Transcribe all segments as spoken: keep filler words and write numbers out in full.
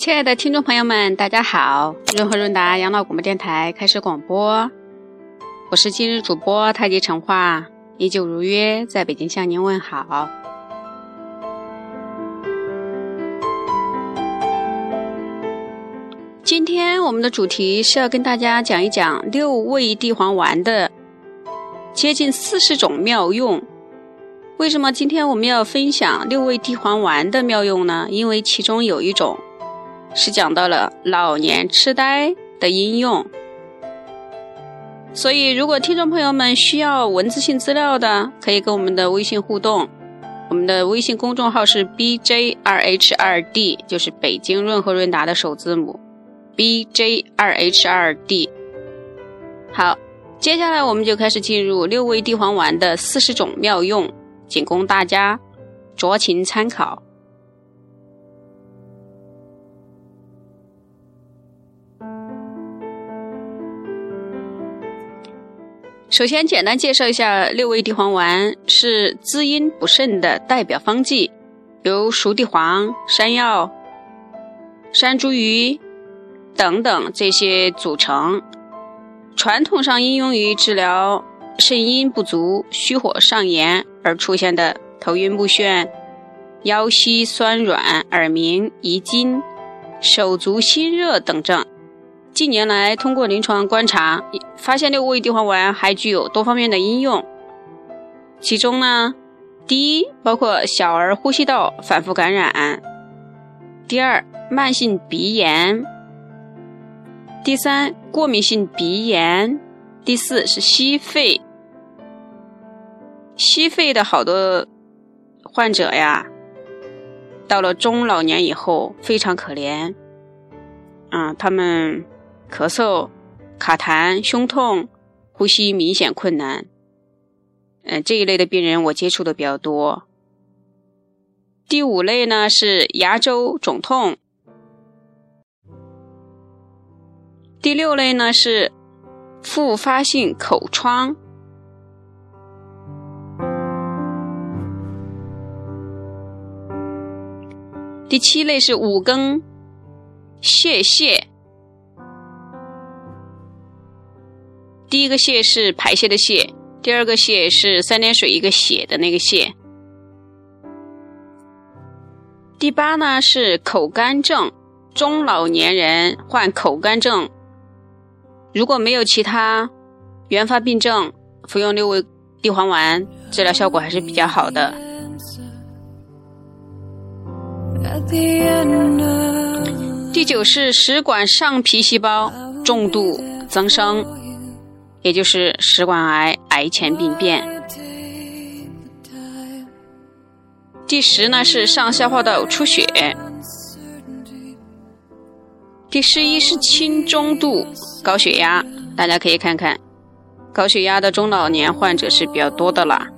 亲爱的听众朋友们，大家好，润和润达养老广播电台开始广播，我是今日主播太极陈化，依旧如约在北京向您问好。今天我们的主题是要跟大家讲一讲六味地黄丸的接近四十种妙用。为什么今天我们要分享六味地黄丸的妙用呢？因为其中有一种是讲到了老年痴呆的应用，所以如果听众朋友们需要文字性资料的，可以跟我们的微信互动。我们的微信公众号是 B J 二 H 二 D， 就是北京润和润达的首字母 B J 二 H 二 D。 好，接下来我们就开始进入六味地黄丸的四十种妙用，仅供大家酌情参考。首先简单介绍一下六味地黄丸，是滋阴补肾的代表方剂，由熟地黄、山药、山茱萸等等这些组成，传统上应用于治疗肾阴不足、虚火上炎而出现的头晕目眩、腰膝酸软、耳鸣、遗精、手足心热等症。近年来通过临床观察，发现六味地黄丸还具有多方面的应用。其中呢，第一，包括小儿呼吸道反复感染；第二，慢性鼻炎；第三，过敏性鼻炎；第四是吸肺。吸肺的好多患者呀，到了中老年以后非常可怜啊，他们咳嗽、卡痰、胸痛、呼吸明显困难，嗯、呃，这一类的病人我接触的比较多。第五类呢是牙周肿痛，第六类呢是复发性口疮，第七类是五更泄泻。第一个泻是排泄的泄，第二个泻是三点水一个血的那个泻。第八呢是口干症，中老年人患口干症，如果没有其他原发病症，服用六味地黄丸治疗效果还是比较好的。第九是食管上皮细胞重度增生，也就是食管癌癌前病变。第十呢是上消化道出血。第十一是轻中度高血压，大家可以看看高血压的中老年患者是比较多的啦。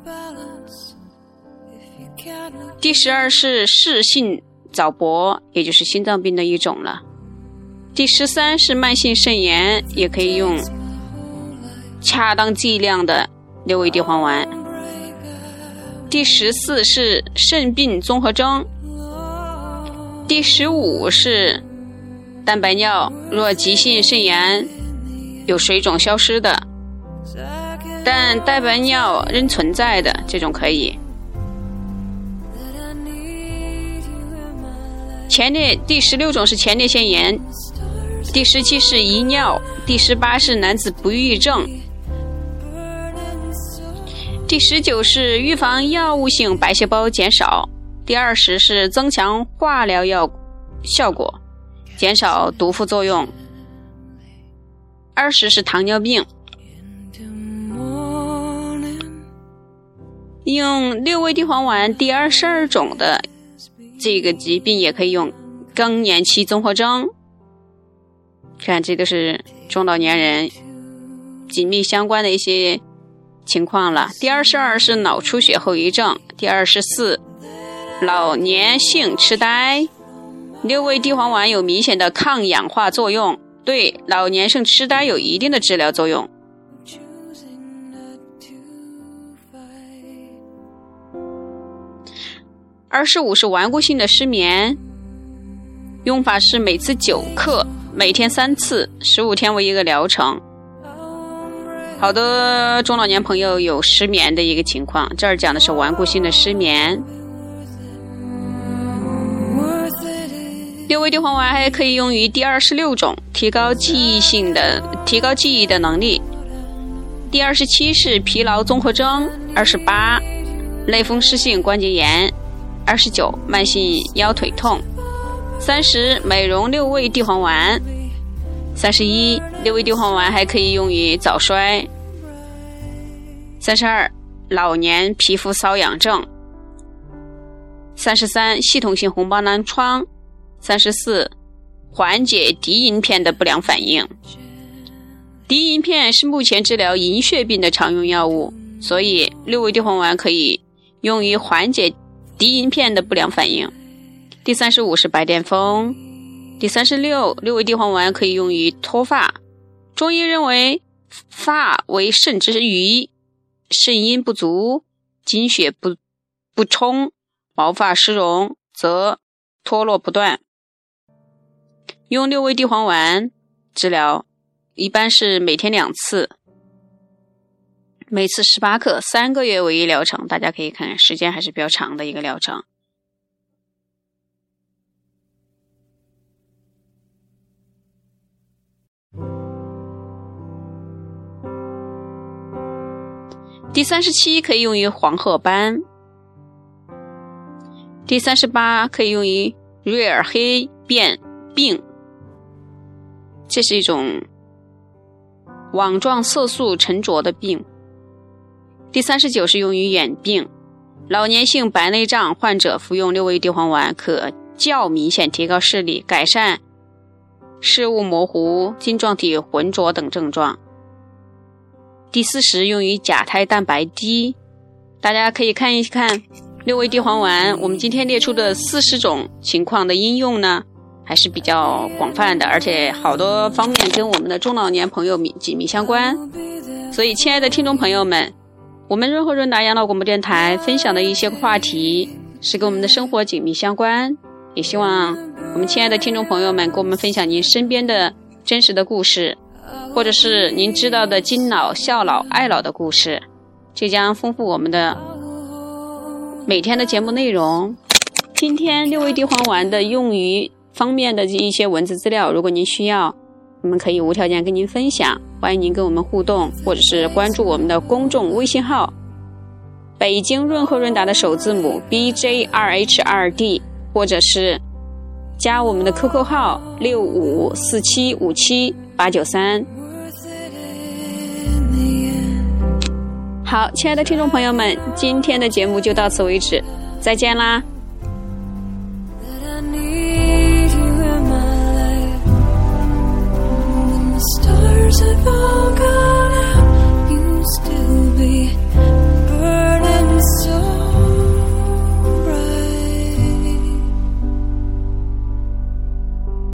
第十二是室性早搏，也就是心脏病的一种了。第十三是慢性肾炎，也可以用恰当剂量的六味地黄丸。第十四是肾病综合征。第十五是蛋白尿，若急性肾炎有水肿消失的，但蛋白尿仍存在的这种可以。前列第十六种是前列腺炎，第十七是遗尿，第十八是男子不育症，第十九是预防药物性白细胞减少，第二十是增强化疗药效果，减少毒副作用，二十是糖尿病。用六味地黄丸第二十二种的这个疾病也可以用更年期综合征，看这都是中老年人紧密相关的一些情况了。第二十二是脑出血后遗症，第二十四老年性痴呆。六味地黄丸有明显的抗氧化作用，对老年性痴呆有一定的治疗作用。二十五是顽固性的失眠， 用法是每次九克，每天三次，十五天为一个疗程。好多中老年朋友有失眠的一个情况，这儿讲的是顽固性的失眠。六味地黄丸还可以用于第二十六种，提高记忆性的提高记忆的能力。第二十七是疲劳综合征，二十八类风湿性关节炎，二十九慢性腰腿痛，三十美容六味地黄丸，三十一六味地黄丸还可以用于早衰，三十二老年皮肤瘙痒症，三十三系统性红斑狼疮，三十四缓解敌银片的不良反应。敌银片是目前治疗银屑病的常用药物，所以六味地黄丸可以用于缓解敌银片的不良反应。第三十五是白癜风。第三十六，六味地黄丸可以用于脱发。中医认为发为肾之余，肾阴不足，精血不不充，毛发湿绒，则脱落不断。用六味地黄丸治疗一般是每天两次，每次十八克，三个月为一疗程，大家可以看时间还是比较长的一个疗程。第三十七可以用于黄褐斑。第三十八可以用于瑞尔黑变病，这是一种网状色素沉着的病。第三十九是用于眼病，老年性白内障患者服用六味地黄丸可较明显提高视力，改善视物模糊、晶状体浑浊等症状。第四十用于甲胎蛋白低，大家可以看一看六味地黄丸我们今天列出的四十种情况的应用呢还是比较广泛的，而且好多方面跟我们的中老年朋友紧密相关。所以亲爱的听众朋友们，我们润和润达养老广播电台分享的一些话题是跟我们的生活紧密相关，也希望我们亲爱的听众朋友们跟我们分享您身边的真实的故事，或者是您知道的敬老、孝老、爱老的故事，这将丰富我们的每天的节目内容。今天六味地黄丸的用于方面的一些文字资料，如果您需要，我们可以无条件跟您分享，欢迎您跟我们互动，或者是关注我们的公众微信号北京润和润达的首字母 B J R H R D， 或者是加我们的 Q Q 号六五四七五七八九三。好，亲爱的听众朋友们，今天的节目就到此为止，再见啦。Stars have all gone